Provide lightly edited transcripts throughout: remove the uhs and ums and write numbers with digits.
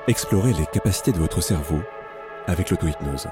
Explorez les capacités de votre cerveau avec l'auto-hypnose.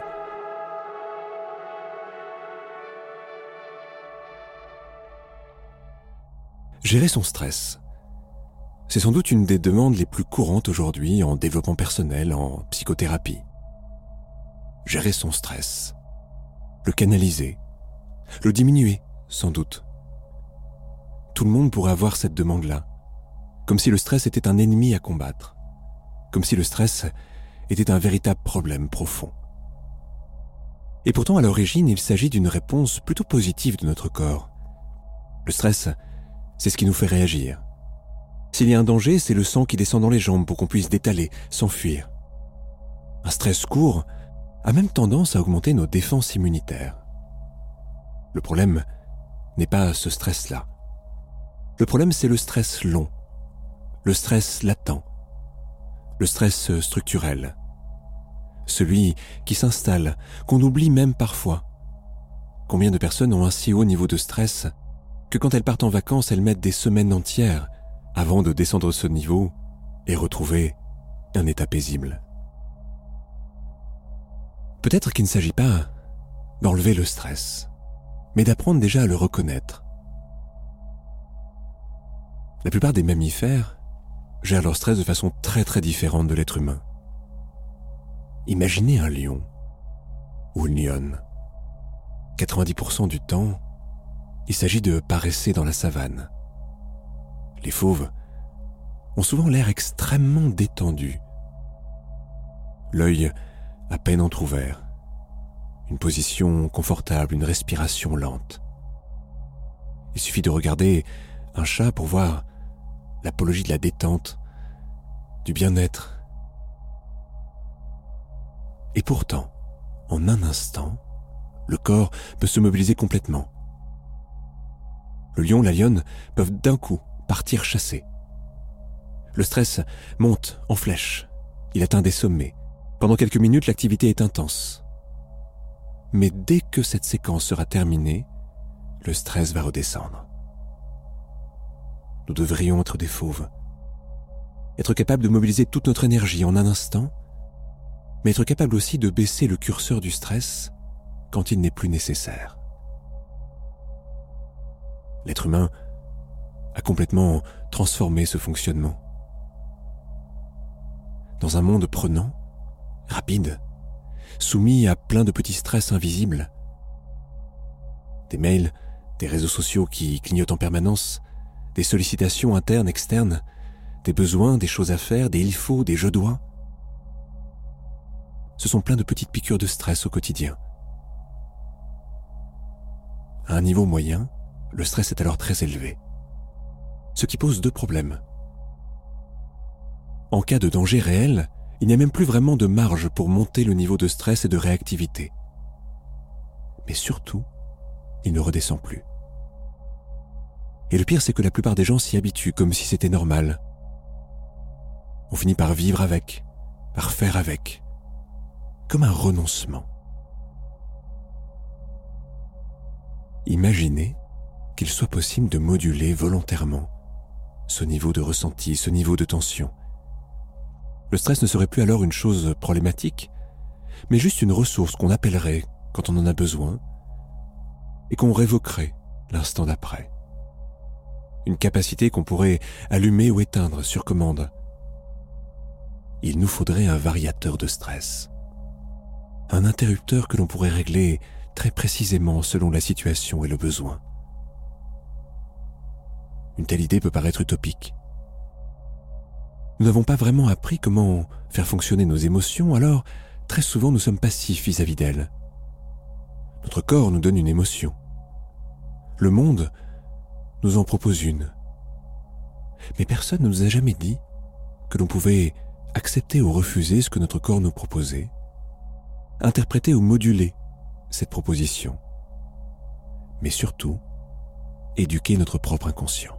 Gérer son stress. C'est sans doute une des demandes les plus courantes aujourd'hui en développement personnel, en psychothérapie. Gérer son stress. Le canaliser. Le diminuer, sans doute. Tout le monde pourrait avoir cette demande-là. Comme si le stress était un ennemi à combattre. Comme si le stress était un véritable problème profond. Et pourtant, à l'origine, il s'agit d'une réponse plutôt positive de notre corps. Le stress, c'est ce qui nous fait réagir. S'il y a un danger, c'est le sang qui descend dans les jambes pour qu'on puisse détaler, s'enfuir. Un stress court a même tendance à augmenter nos défenses immunitaires. Le problème n'est pas ce stress-là. Le problème, c'est le stress long, le stress latent, le stress structurel, celui qui s'installe, qu'on oublie même parfois. Combien de personnes ont un si haut niveau de stress que quand elles partent en vacances, elles mettent des semaines entières avant de descendre ce niveau et retrouver un état paisible. Peut-être qu'il ne s'agit pas d'enlever le stress, mais d'apprendre déjà à le reconnaître. La plupart des mammifères gèrent leur stress de façon très très différente de l'être humain. Imaginez un lion ou une lionne. 90% du temps, il s'agit de paresser dans la savane. Les fauves ont souvent l'air extrêmement détendus. L'œil à peine entrouvert, une position confortable, une respiration lente. Il suffit de regarder un chat pour voir l'apologie de la détente, du bien-être. Et pourtant, en un instant, le corps peut se mobiliser complètement. Le lion, la lionne peuvent d'un coup partir chasser. Le stress monte en flèche. Il atteint des sommets. Pendant quelques minutes, l'activité est intense. Mais dès que cette séquence sera terminée, le stress va redescendre. Nous devrions être des fauves. Être capables de mobiliser toute notre énergie en un instant, mais être capable aussi de baisser le curseur du stress quand il n'est plus nécessaire. L'être humain a complètement transformé ce fonctionnement. Dans un monde prenant, rapide, soumis à plein de petits stress invisibles, des mails, des réseaux sociaux qui clignotent en permanence, des sollicitations internes, externes, des besoins, des choses à faire, des il faut, des je dois. Ce sont plein de petites piqûres de stress au quotidien. À un niveau moyen, le stress est alors très élevé. Ce qui pose deux problèmes. En cas de danger réel, il n'y a même plus vraiment de marge pour monter le niveau de stress et de réactivité. Mais surtout, il ne redescend plus. Et le pire, c'est que la plupart des gens s'y habituent comme si c'était normal. On finit par vivre avec, par faire avec, comme un renoncement. Imaginez qu'il soit possible de moduler volontairement ce niveau de ressenti, ce niveau de tension. Le stress ne serait plus alors une chose problématique, mais juste une ressource qu'on appellerait quand on en a besoin et qu'on révoquerait l'instant d'après. Une capacité qu'on pourrait allumer ou éteindre sur commande. Il nous faudrait un variateur de stress. Un interrupteur que l'on pourrait régler très précisément selon la situation et le besoin. Une telle idée peut paraître utopique. Nous n'avons pas vraiment appris comment faire fonctionner nos émotions, alors très souvent nous sommes passifs vis-à-vis d'elles. Notre corps nous donne une émotion. Le monde nous en propose une. Mais personne ne nous a jamais dit que l'on pouvait accepter ou refuser ce que notre corps nous proposait, interpréter ou moduler cette proposition, mais surtout éduquer notre propre inconscient.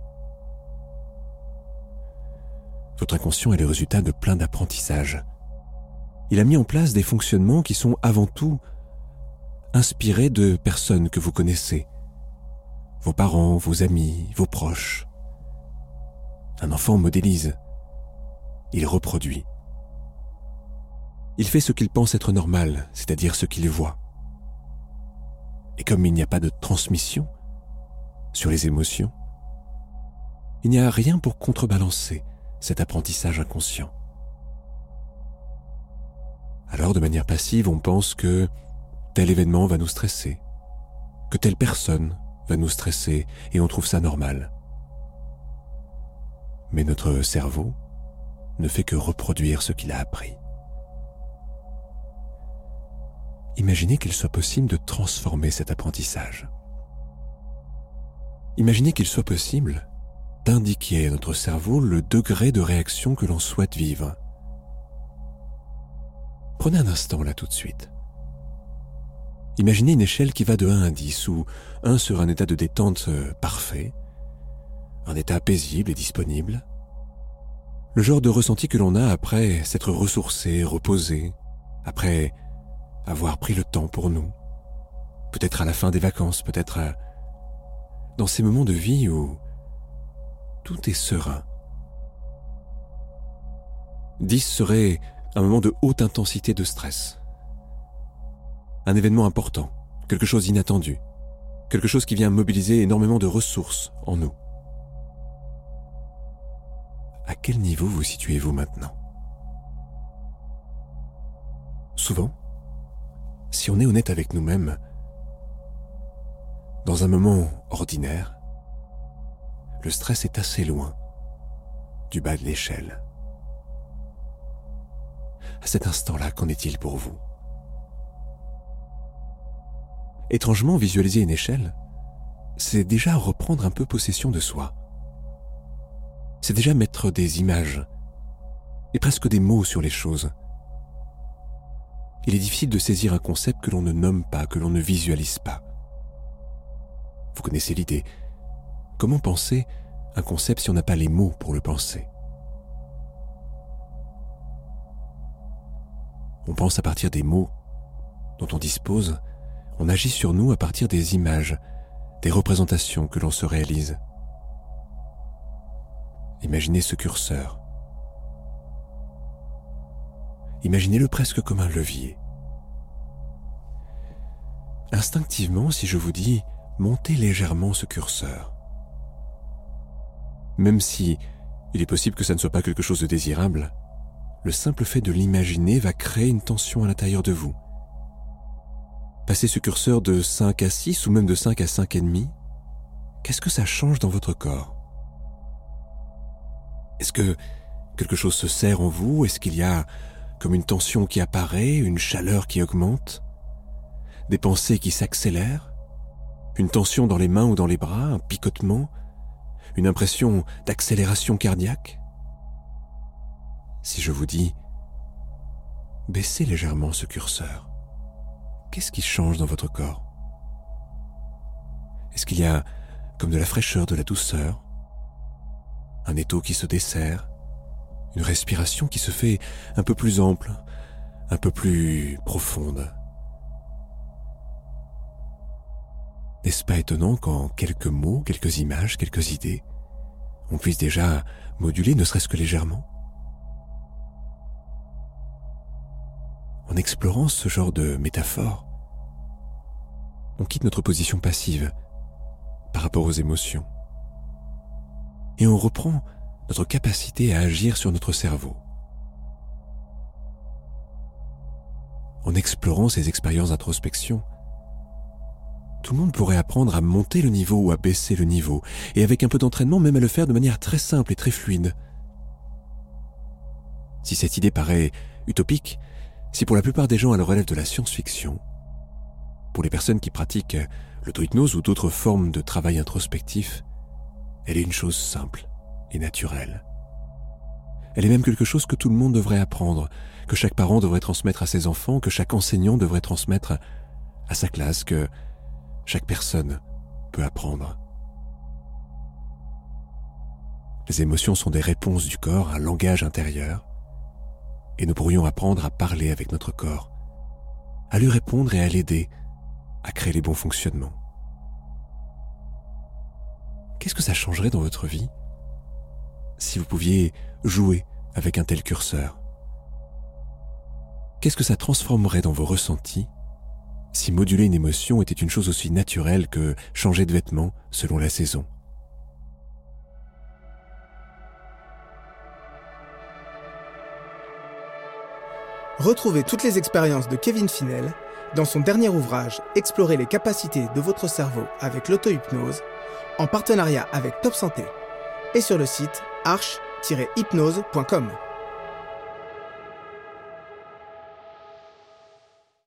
Votre inconscient est le résultat de plein d'apprentissages. Il a mis en place des fonctionnements qui sont avant tout inspirés de personnes que vous connaissez, vos parents, vos amis, vos proches. Un enfant modélise, il reproduit. Il fait ce qu'il pense être normal, c'est-à-dire ce qu'il voit. Et comme il n'y a pas de transmission sur les émotions, il n'y a rien pour contrebalancer cet apprentissage inconscient. Alors, de manière passive, on pense que tel événement va nous stresser, que telle personne va nous stresser, et on trouve ça normal. Mais notre cerveau ne fait que reproduire ce qu'il a appris. Imaginez qu'il soit possible de transformer cet apprentissage. Imaginez qu'il soit possible d'indiquer à notre cerveau le degré de réaction que l'on souhaite vivre. Prenez un instant là tout de suite. Imaginez une échelle qui va de 1 à 10, où 1 sur un état de détente parfait, un état paisible et disponible, le genre de ressenti que l'on a après s'être ressourcé, reposé, après avoir pris le temps pour nous, peut-être à la fin des vacances, peut-être dans ces moments de vie où tout est serein. 10 serait un moment de haute intensité de stress. Un événement important, quelque chose d'inattendu, quelque chose qui vient mobiliser énormément de ressources en nous. À quel niveau vous situez-vous maintenant? Souvent, si on est honnête avec nous-mêmes, dans un moment ordinaire, le stress est assez loin du bas de l'échelle. À cet instant-là, qu'en est-il pour vous? Étrangement, visualiser une échelle, c'est déjà reprendre un peu possession de soi. C'est déjà mettre des images et presque des mots sur les choses. Il est difficile de saisir un concept que l'on ne nomme pas, que l'on ne visualise pas. Vous connaissez l'idée. Comment penser un concept si on n'a pas les mots pour le penser? On pense à partir des mots dont on dispose, on agit sur nous à partir des images, des représentations que l'on se réalise. Imaginez ce curseur. Imaginez-le presque comme un levier. Instinctivement, si je vous dis « montez légèrement ce curseur », même si il est possible que ça ne soit pas quelque chose de désirable, le simple fait de l'imaginer va créer une tension à l'intérieur de vous. Passez ce curseur de 5 à 6 ou même de 5 à 5,5, qu'est-ce que ça change dans votre corps? Est-ce que quelque chose se serre en vous? Est-ce qu'il y a comme une tension qui apparaît, une chaleur qui augmente, des pensées qui s'accélèrent, une tension dans les mains ou dans les bras, un picotement, une impression d'accélération cardiaque? Si je vous dis « baissez légèrement ce curseur », qu'est-ce qui change dans votre corps? Est-ce qu'il y a comme de la fraîcheur, de la douceur, un étau qui se desserre, une respiration qui se fait un peu plus ample, un peu plus profonde? N'est-ce pas étonnant qu'en quelques mots, quelques images, quelques idées, on puisse déjà moduler ne serait-ce que légèrement? En explorant ce genre de métaphore, on quitte notre position passive par rapport aux émotions et on reprend notre capacité à agir sur notre cerveau. En explorant ces expériences d'introspection, tout le monde pourrait apprendre à monter le niveau ou à baisser le niveau, et avec un peu d'entraînement, même à le faire de manière très simple et très fluide. Si cette idée paraît utopique, si pour la plupart des gens elle relève de la science-fiction, pour les personnes qui pratiquent l'auto-hypnose ou d'autres formes de travail introspectif, elle est une chose simple et naturelle. Elle est même quelque chose que tout le monde devrait apprendre, que chaque parent devrait transmettre à ses enfants, que chaque enseignant devrait transmettre à sa classe, que chaque personne peut apprendre. Les émotions sont des réponses du corps, un langage intérieur, et nous pourrions apprendre à parler avec notre corps, à lui répondre et à l'aider à créer les bons fonctionnements. Qu'est-ce que ça changerait dans votre vie si vous pouviez jouer avec un tel curseur? Qu'est-ce que ça transformerait dans vos ressentis si moduler une émotion était une chose aussi naturelle que changer de vêtements selon la saison? Retrouvez toutes les expériences de Kevin Finel dans son dernier ouvrage « Explorer les capacités de votre cerveau avec l'auto-hypnose » en partenariat avec Top Santé et sur le site arche-hypnose.com.